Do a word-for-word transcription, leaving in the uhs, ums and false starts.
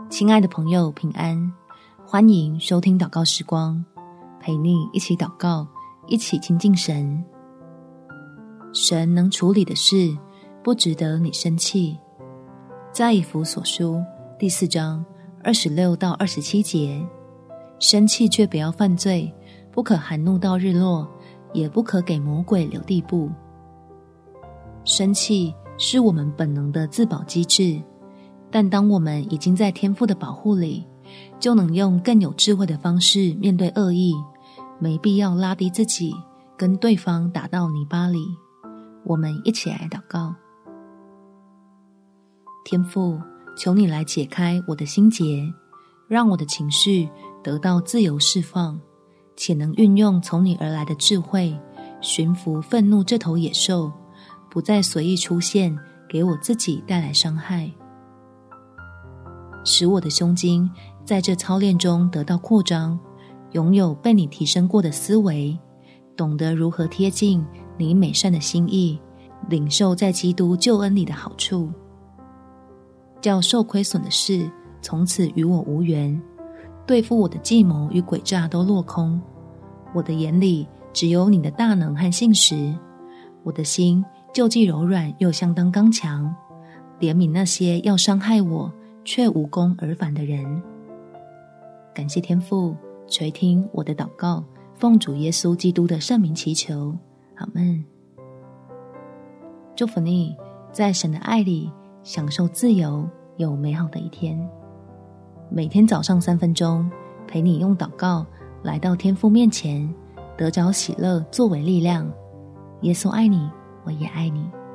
亲爱的朋友，平安，欢迎收听祷告时光，陪你一起祷告，一起亲近神。神能处理的事，不值得你生气。在以弗所书第四章二十六到二十七节，生气却不要犯罪，不可含怒到日落，也不可给魔鬼留地步。生气是我们本能的自保机制，但当我们已经在天父的保护里，就能用更有智慧的方式面对恶意，没必要拉低自己，跟对方打到泥巴里。我们一起来祷告。天父，求你来解开我的心结，让我的情绪得到自由释放，且能运用从你而来的智慧，驯服愤怒这头野兽，不再随意出现，给我自己带来伤害。使我的胸襟在这操练中得到扩张，拥有被你提升过的思维，懂得如何贴近你美善的心意，领受在基督救恩里的好处，叫受亏损的事从此与我无缘，对付我的计谋与诡诈都落空。我的眼里只有你的大能和信实，我的心就既柔软又相当刚强，怜悯那些要伤害我却无功而返的人。感谢天父垂听我的祷告，奉主耶稣基督的圣名祈求，阿们。祝福你在神的爱里享受自由，有美好的一天。每天早上三分钟，陪你用祷告来到天父面前，得着喜乐作为力量。耶稣爱你，我也爱你。